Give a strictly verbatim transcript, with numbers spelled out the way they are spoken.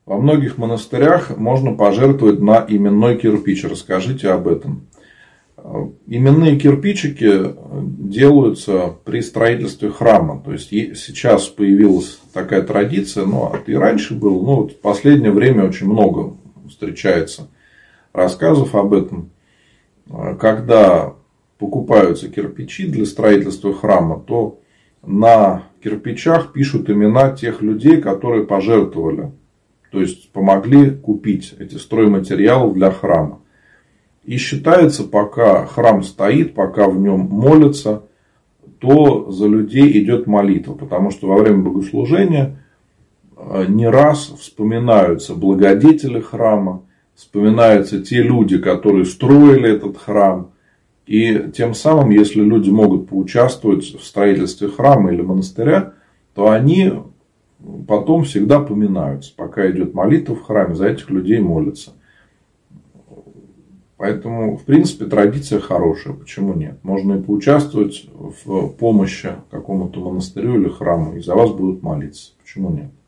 Во многих монастырях можно пожертвовать на именной кирпич. Расскажите об этом. Именные кирпичики делаются при строительстве храма. То есть сейчас появилась такая традиция, но и раньше было. Но вот в последнее время очень много встречается рассказов об этом. Когда покупаются кирпичи для строительства храма, то на кирпичах пишут имена тех людей, которые пожертвовали. То есть помогли купить эти стройматериалы для храма. И считается, пока храм стоит, пока в нем молятся, то за людей идет молитва. Потому что во время богослужения не раз вспоминаются благодетели храма, вспоминаются те люди, которые строили этот храм. И тем самым, если люди могут поучаствовать в строительстве храма или монастыря, то они потом всегда поминаются. Пока идет молитва в храме, за этих людей молятся. Поэтому, в принципе, традиция хорошая. Почему нет? Можно и поучаствовать в помощи какому-то монастырю или храму, и за вас будут молиться. Почему нет?